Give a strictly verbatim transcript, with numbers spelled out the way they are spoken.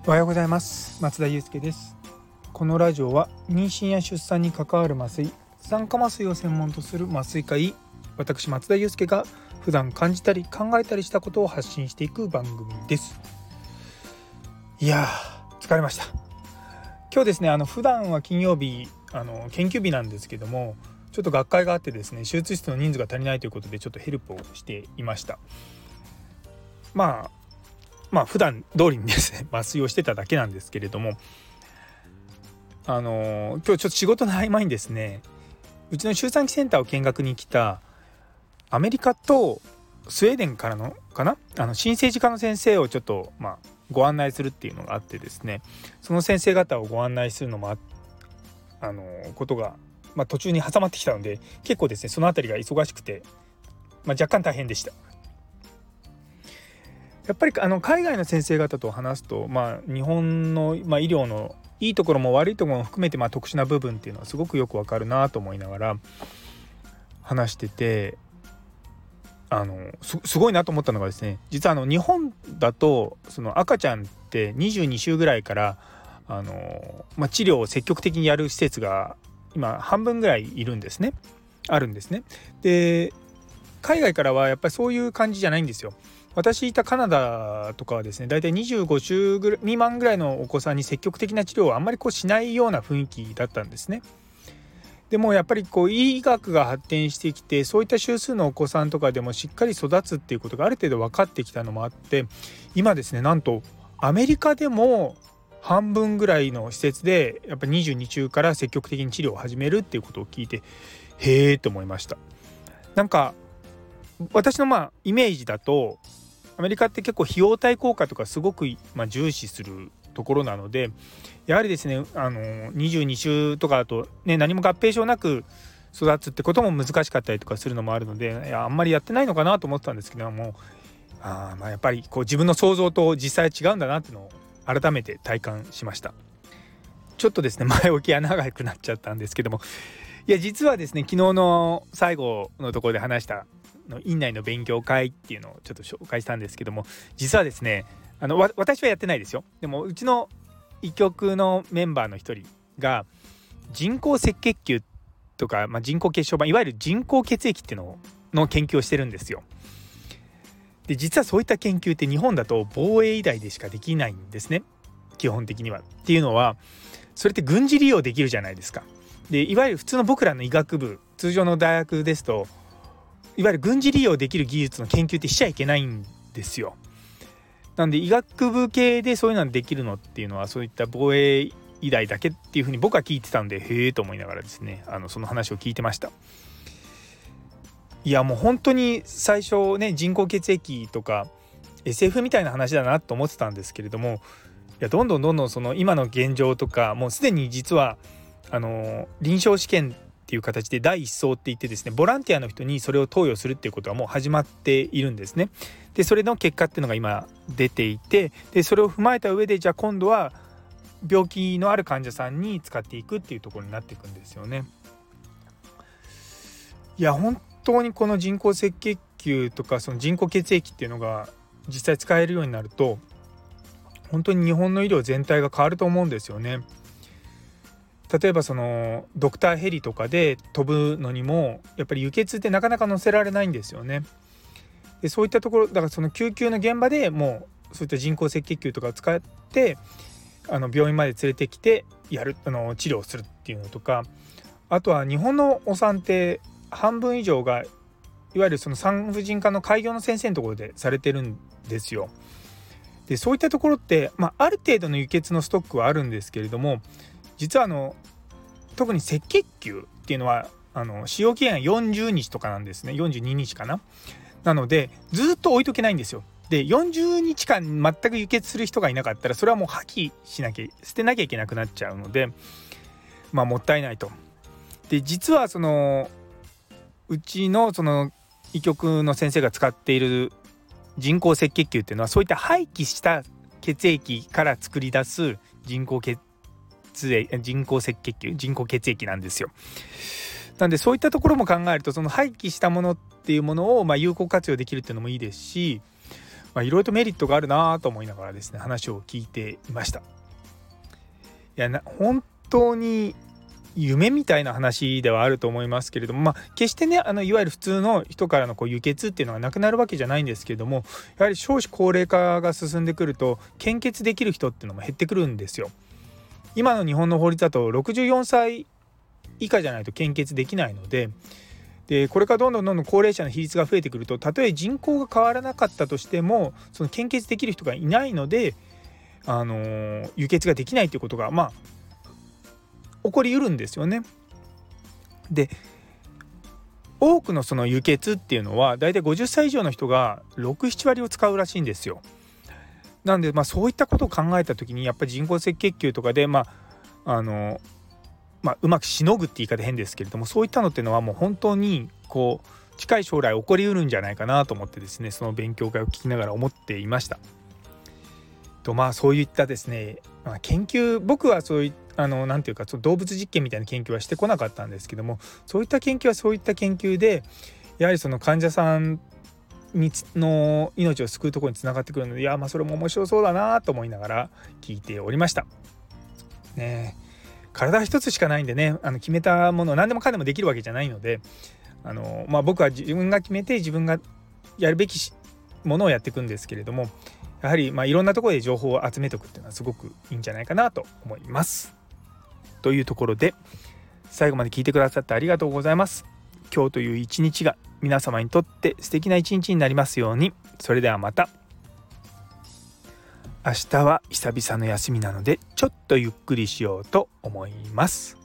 おはようございます。松田祐介です。このラジオは妊娠や出産に関わる麻酔、産科麻酔を専門とする麻酔科医、私松田祐介が普段感じたり考えたりしたことを発信していく番組です。いやー疲れました。今日ですね、あの普段は金曜日あの研究日なんですけども、ちょっと学会があってですね、手術室の人数が足りないということでちょっとヘルプをしていました。まあまあ普段通りにですね麻酔をしてただけなんですけれども、あの今日ちょっと仕事の合間にですね、うちの周産期センターを見学に来たアメリカとスウェーデンからのかなあの新生児科の先生をちょっとまあご案内するっていうのがあってですね、その先生方をご案内するのも あ, あのことが、まあ、途中に挟まってきたので、結構ですねそのあたりが忙しくて、まあ、若干大変でした。やっぱりあの海外の先生方と話すと、まあ、日本の、まあ、医療のいいところも悪いところも含めて、まあ、特殊な部分っていうのはすごくよくわかるなと思いながら話してて、あの す, すごいなと思ったのがですね、実はあの日本だとその赤ちゃんってにじゅうに週ぐらいからあの、まあ、治療を積極的にやる施設が今半分ぐらいいるんですねあるんですね。で海外からはやっぱりそういう感じじゃないんですよ。私いたカナダとかはですね、だいたいにじゅうご週ぐらい未満ぐらいのお子さんに積極的な治療をあんまりこうしないような雰囲気だったんですね。でもやっぱりこう医学が発展してきて、そういった週数のお子さんとかでもしっかり育つっていうことがある程度分かってきたのもあって、今ですねなんとアメリカでも半分ぐらいの施設でやっぱりにじゅうに週から積極的に治療を始めるっていうことを聞いて、へーと思いました。なんか私のまあイメージだと、アメリカって結構費用対効果とかすごくまあ重視するところなので、やはりですねあのにじゅうに週とかだと、ね、何も合併症なく育つってことも難しかったりとかするのもあるので、いやあんまりやってないのかなと思ってたんですけども、あまあやっぱりこう自分の想像と実際は違うんだなっていうのを改めて体感しました。ちょっとですね前置きが長くなっちゃったんですけども、いや実はですね昨日の最後のところで話したの院内の勉強会っていうのをちょっと紹介したんですけども、実はですねあの私はやってないですよ。でもうちの医局のメンバーの一人が人工赤血球とか、まあ、人工血小板、いわゆる人工血液っていうのの研究をしてるんですよ。で実はそういった研究って日本だと防衛医大でしかできないんですね、基本的には。っていうのはそれって軍事利用できるじゃないですか。でいわゆる普通の僕らの医学部、通常の大学ですといわゆる軍事利用できる技術の研究ってしちゃいけないんですよ。なんで医学部系でそういうのができるのっていうのはそういった防衛医大だけっていうふうに僕は聞いてたんで、へえと思いながらですねあのその話を聞いてました。いやもう本当に最初ね人工血液とか エスエフ みたいな話だなと思ってたんですけれども、いやどんどんどんどんその今の現状とか、もうすでに実はあの臨床試験っていう形で第一層って言ってですね、ボランティアの人にそれを投与するっていうことはもう始まっているんですね。でそれの結果っていうのが今出ていて、でそれを踏まえた上でじゃあ今度は病気のある患者さんに使っていくっていうところになっていくんですよね。いや本当にこの人工赤血球とかその人工血液っていうのが実際使えるようになると、本当に日本の医療全体が変わると思うんですよね。例えばそのドクターヘリとかで飛ぶのにもやっぱり輸血ってなかなか乗せられないんですよね。でそういったところだから、その救急の現場でもうそういった人工赤血球とかを使ってあの病院まで連れてきてやるあの治療するっていうのとか、あとは日本のお産って半分以上がいわゆるその産婦人科の開業の先生のところでされてるんですよ。でそういったところって、まあ、ある程度の輸血のストックはあるんですけれども、実はあの特に赤血球っていうのはあの使用期限がよんじゅうにちとかなんですね。よんじゅうににちかな。なのでずっと置いとけないんですよ。でよんじゅうにちかん全く輸血する人がいなかったら、それはもう破棄しなきゃ捨てなきゃいけなくなっちゃうので、まあもったいないと。で実はそのうちのその医局の先生が使っている人工赤血球っていうのはそういった廃棄した血液から作り出す人工血液人工赤血球人工血液なんですよ。なんでそういったところも考えると、その廃棄したものっていうものをまあ有効活用できるっていうのもいいですし、 まあ、いろいろとメリットがあるなと思いながらですね話を聞いていました。いやな本当に夢みたいな話ではあると思いますけれども、まあ、決してねあのいわゆる普通の人からのこう輸血っていうのがなくなるわけじゃないんですけれども、やはり少子高齢化が進んでくると献血できる人っていうのも減ってくるんですよ。今の日本の法律だとろくじゅうよんさい以下じゃないと献血できないので、でこれからどんどんどんどん高齢者の比率が増えてくると、たとえ人口が変わらなかったとしてもその献血できる人がいないので、あのー、輸血ができないということがまあ起こりうるんですよね。で多くのその輸血っていうのはだいたいごじゅっさい以上の人がろく、なな割を使うらしいんですよ。なんでまあそういったことを考えた時にやっぱり人工赤血球とかでまああのまあうまくしのぐって言い方変ですけれども、そういったのっていうのはもう本当にこう近い将来起こりうるんじゃないかなと思ってですね、その勉強会を聞きながら思っていました。とまあそういったですね、まあ、研究僕はそういったあのなんていうかその動物実験みたいな研究はしてこなかったんですけども、そういった研究はそういった研究でやはりその患者さんにの命を救うところにつながってくるので、いやまあそれも面白そうだなと思いながら聞いておりましたね。体一つしかないんでね、あの決めたもの何でもかんでもできるわけじゃないので、あの、まあ、僕は自分が決めて自分がやるべきものをやっていくんですけれども、やはりまあいろんなところで情報を集めておくっていうのはすごくいいんじゃないかなと思います。というところで最後まで聞いてくださってありがとうございます。今日という一日が皆様にとって素敵な一日になりますように。それではまた。明日は久々の休みなのでちょっとゆっくりしようと思います。